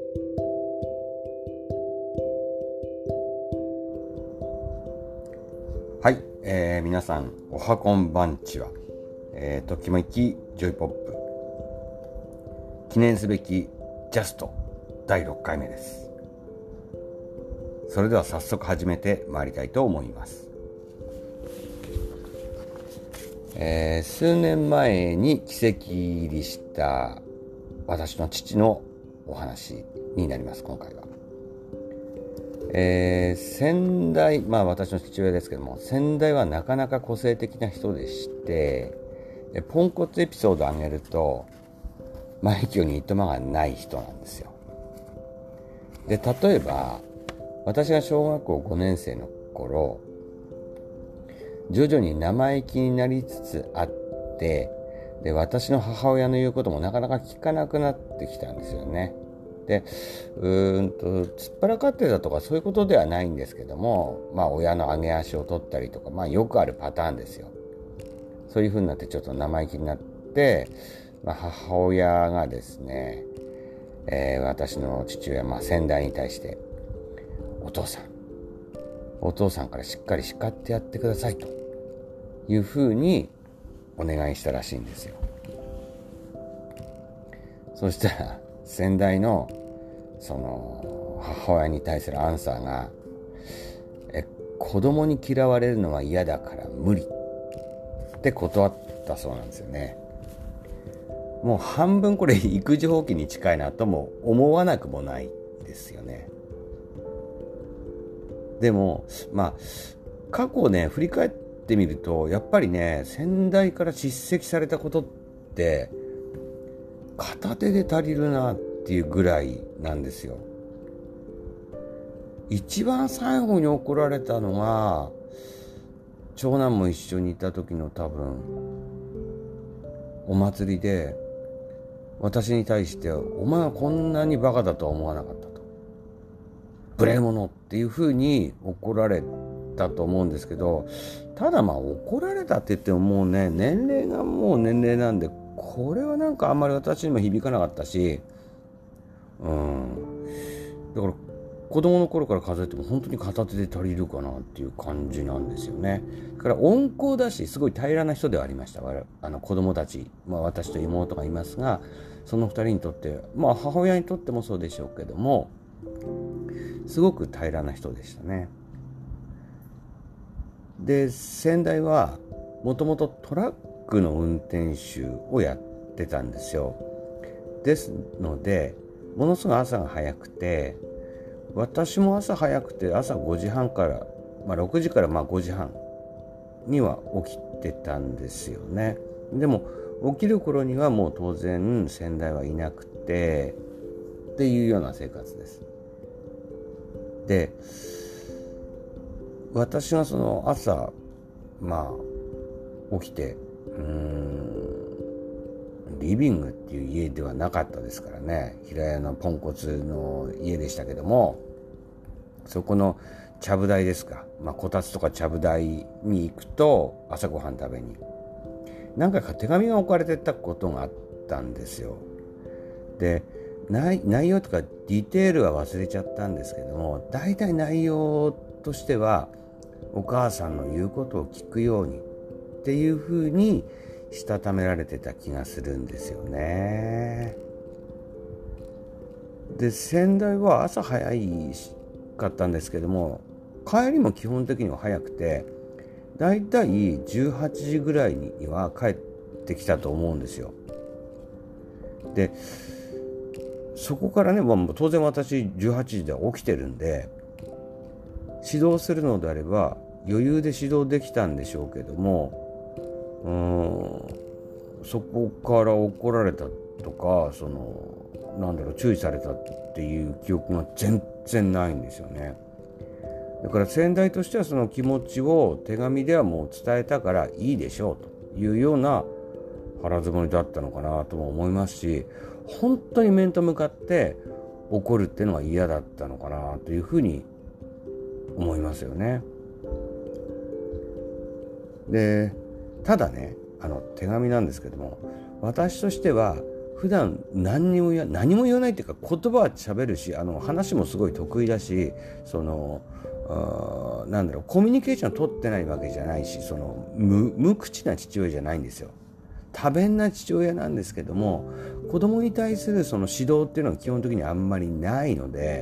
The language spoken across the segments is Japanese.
はい、皆さんおはこんばんちは、ときめきジョイポップ記念すべきジャスト第6回目です。それでは早速始めてまいりたいと思います。数年前に奇跡入りした私の父のお話になります。今回は先代、私の父親ですけども、先代はなかなか個性的な人でして、ポンコツエピソードを挙げると枚挙にいとまがない人なんですよ。で、例えば私が小学校5年生の頃、徐々に生意気になりつつあって、で、私の母親の言うこともなかなか聞かなくなってきたんですよね。で、突っ張らかってたとかそういうことではないんですけども、親の上げ足を取ったりとか、よくあるパターンですよ。そういう風になってちょっと生意気になって、母親がですね、私の父親、先代に対して、お父さんからしっかり叱ってやってくださいという風にお願いしたらしいんですよ。そしたら先代のその母親に対するアンサーが、子供に嫌われるのは嫌だから無理って断ったそうなんですよね。もう半分これ育児放棄に近いなとも思わなくもないですよね。でも過去ね振り返ってみると、やっぱりね、先代から叱責されたことって片手で足りるなっていうぐらいなんですよ。一番最後に怒られたのが、長男も一緒にいた時の多分お祭りで、私に対してお前はこんなにバカだとは思わなかったと、無礼者っていう風に怒られたと思うんですけど、ただ怒られたって言ってももうね、年齢がもう年齢なんで、これはなんかあんまり私にも響かなかったし、だから子供の頃から数えても本当に片手で足りるかなっていう感じなんですよね。だから温厚だし、すごい平らな人ではありました。子供たち、私と妹がいますが、その2人にとって、母親にとってもそうでしょうけども、すごく平らな人でしたね。で、先代はもともとトラックの運転手をやってたんですよ。ですので、ものすごい朝が早くて、私も朝早くて、朝5時半から、6時から5時半には起きてたんですよね。でも起きる頃にはもう当然先代はいなくてっていうような生活です。で、私がその朝起きて、リビングっていう家ではなかったですからね、平屋のポンコツの家でしたけども、そこのちゃぶ台ですか、こたつとかちゃぶ台に行くと、朝ごはん食べに何回か手紙が置かれてたことがあったんですよ。で、内容とかディテールは忘れちゃったんですけども、大体内容としては、お母さんの言うことを聞くようにっていう風にしたためられてた気がするんですよね。で、先代は朝早かったんですけども、帰りも基本的には早くて、だいたい18時ぐらいには帰ってきたと思うんですよ。で、そこからね、当然私18時では起きてるんで、指導するのであれば余裕で指導できたんでしょうけども、そこから怒られたとか、注意されたっていう記憶が全然ないんですよね。だから先代としてはその気持ちを手紙ではもう伝えたからいいでしょうというような腹積もりだったのかなとも思いますし、本当に面と向かって怒るっていうのが嫌だったのかなというふうに思いますよね。で、ただね、手紙なんですけども、私としては普段何も言わないっていうか、言葉は喋るし、話もすごい得意だし、コミュニケーションを取ってないわけじゃないし、無口な父親じゃないんですよ。多弁な父親なんですけども、子供に対するその指導っていうのは基本的にあんまりないので、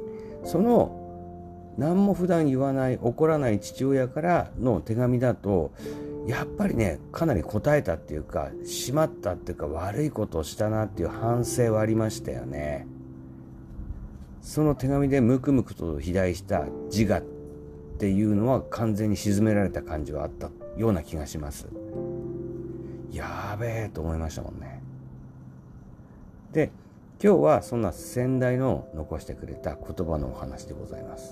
何も普段言わない、怒らない父親からの手紙だと、やっぱりね、かなり答えたっていうか、しまったっていうか、悪いことをしたなっていう反省はありましたよね。その手紙でムクムクと肥大した自我っていうのは完全に沈められた感じはあったような気がします。やべえと思いましたもんね。で、今日はそんな先代の残してくれた言葉のお話でございます。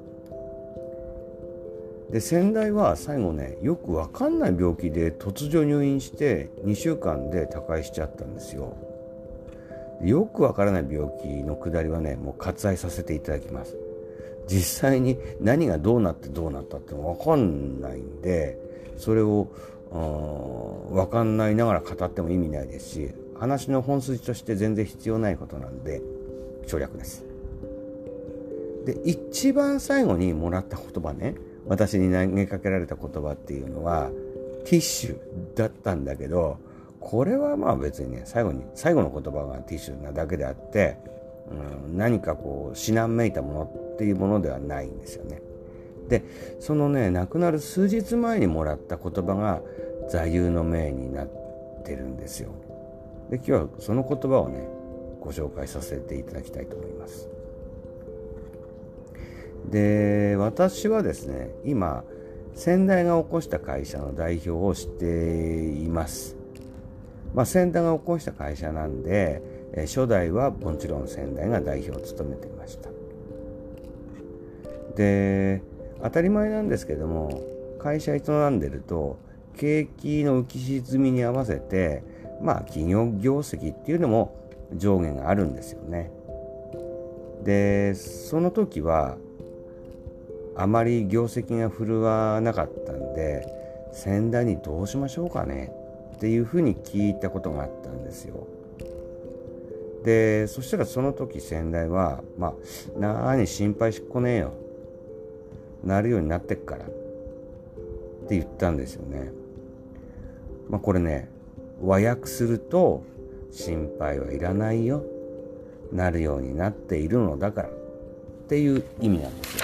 で、先代は最後ね、よくわかんない病気で突如入院して2週間で他界しちゃったんですよ。よくわからない病気のくだりはね、もう割愛させていただきます。実際に何がどうなってどうなったってわかんないんで、それをわかんないながら語っても意味ないですし、話の本筋として全然必要ないことなんで省略です。で、一番最後にもらった言葉ね、私に投げかけられた言葉っていうのはティッシュだったんだけど、これはまあ別にね、最後の言葉がティッシュなだけであって、何かこう至難めいたものっていうものではないんですよね。で、そのね、亡くなる数日前にもらった言葉が座右の銘になってるんですよ。で、今日はその言葉をね、ご紹介させていただきたいと思います。で、私はですね、今先代が起こした会社の代表をしています。先代が起こした会社なんで、初代はもちろん先代が代表を務めていました。で、当たり前なんですけども、会社営んでると景気の浮き沈みに合わせて、企業業績っていうのも上下があるんですよね。で、その時はあまり業績が振るわなかったんで、先代にどうしましょうかねっていうふうに聞いたことがあったんですよ。で、そしたらその時先代は、なーに心配しっこねえよ、なるようになってっからって言ったんですよね。これね、和訳すると、心配はいらないよ、なるようになっているのだからっていう意味なんですよ。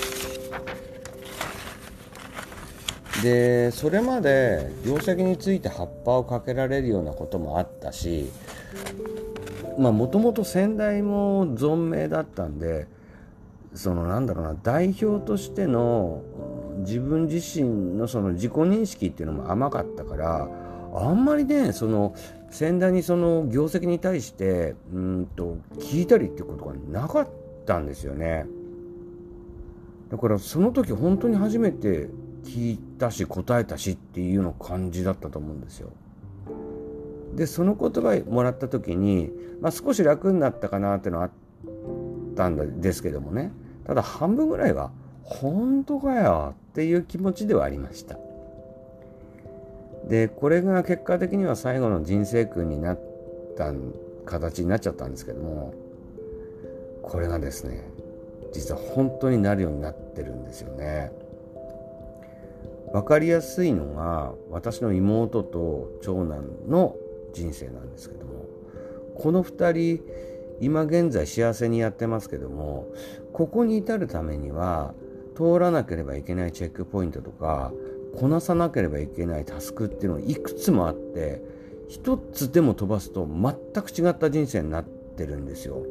で、それまで業績について葉っぱをかけられるようなこともあったし、もともと先代も存命だったんで、代表としての自分自身のその自己認識っていうのも甘かったから、あんまりね、先代にその業績に対して聞いたりっていうことがなかったんですよね。だからその時本当に初めて聞いたし答えたしっていうような感じだったと思うんですよ。で、その言葉もらった時に、少し楽になったかなっていうのはあったんですけどもね、ただ半分ぐらいは本当かよっていう気持ちではありました。で、これが結果的には最後の人生訓になった形になっちゃったんですけども、これがですね、実は本当になるようになってるんですよね。わかりやすいのが私の妹と長男の人生なんですけども、この2人今現在幸せにやってますけども、ここに至るためには通らなければいけないチェックポイントとか、こなさなければいけないタスクっていうのがいくつもあって、一つでも飛ばすと全く違った人生になってるんですよ。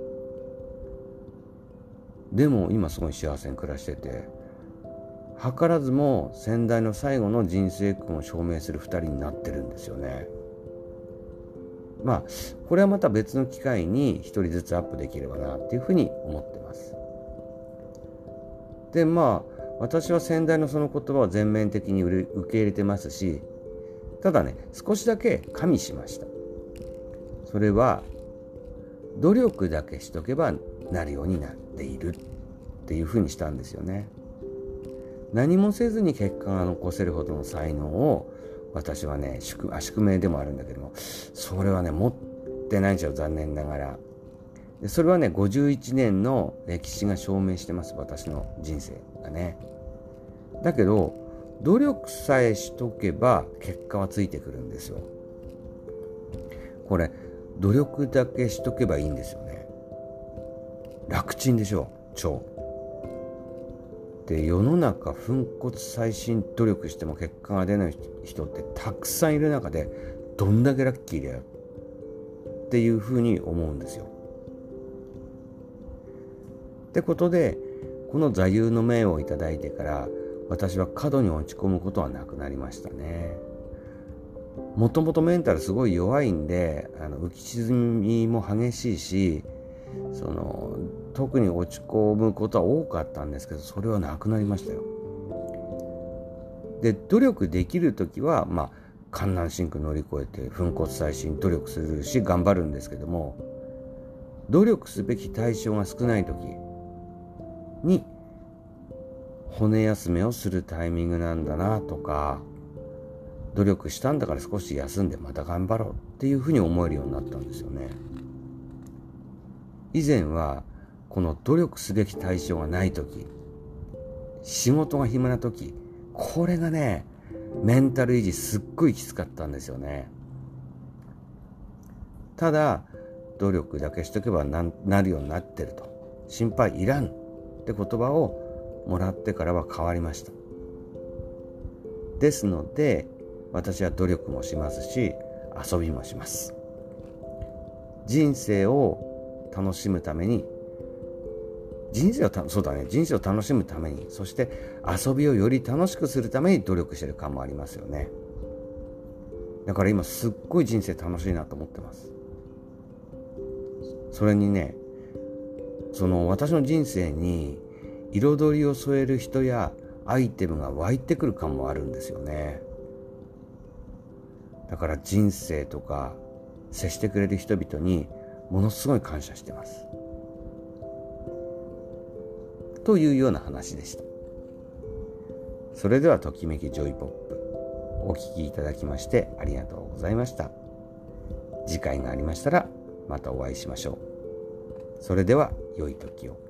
でも今すごい幸せに暮らしてて、図らずも先代の最後の人生訓を証明する2人になってるんですよね。これはまた別の機会に1人ずつアップできればなっていうふうに思ってます。で、私は先代のその言葉を全面的に受け入れてますし、ただね、少しだけ加味しました。それは努力だけしとけばなるようになっているっていうふうにしたんですよね。何もせずに結果が残せるほどの才能を私はね、宿命でもあるんだけども、それはね、持っってないんですよ、残念ながら。でそれはね、51年の歴史が証明してます、私の人生がね。だけど努力さえしとけば結果はついてくるんですよ。これ努力だけしとけばいいんですよね。楽ちんでしょ、超。で世の中粉骨砕身努力しても結果が出ない人ってたくさんいる中で、どんだけラッキーだよっていうふうに思うんですよ。ってことで、この座右の銘をいただいてから私は過度に落ち込むことはなくなりましたね。もともとメンタルすごい弱いんで、浮き沈みも激しいし、特に落ち込むことは多かったんですけど、それはなくなりましたよ。で努力できる時は艱難辛苦乗り越えて粉骨砕身努力するし頑張るんですけども、努力すべき対象が少ない時に骨休めをするタイミングなんだなとか、努力したんだから少し休んでまた頑張ろうっていうふうに思えるようになったんですよね。以前はこの努力すべき対象がない時、仕事が暇な時、これがねメンタル維持すっごいきつかったんですよね。ただ努力だけしとけばなるようになってると、心配いらんって言葉をもらってからは変わりました。ですので私は努力もしますし遊びもします。人生を楽しむために、人生を楽しむために、そして遊びをより楽しくするために努力してる感もありますよね。だから今すっごい人生楽しいなと思ってます。それにね、私の人生に彩りを添える人やアイテムが湧いてくる感もあるんですよね。だから人生とか接してくれる人々にものすごい感謝してますというような話でした。それではときめきジョイポップお聞きいただきましてありがとうございました。次回がありましたらまたお会いしましょう。それでは良い時を。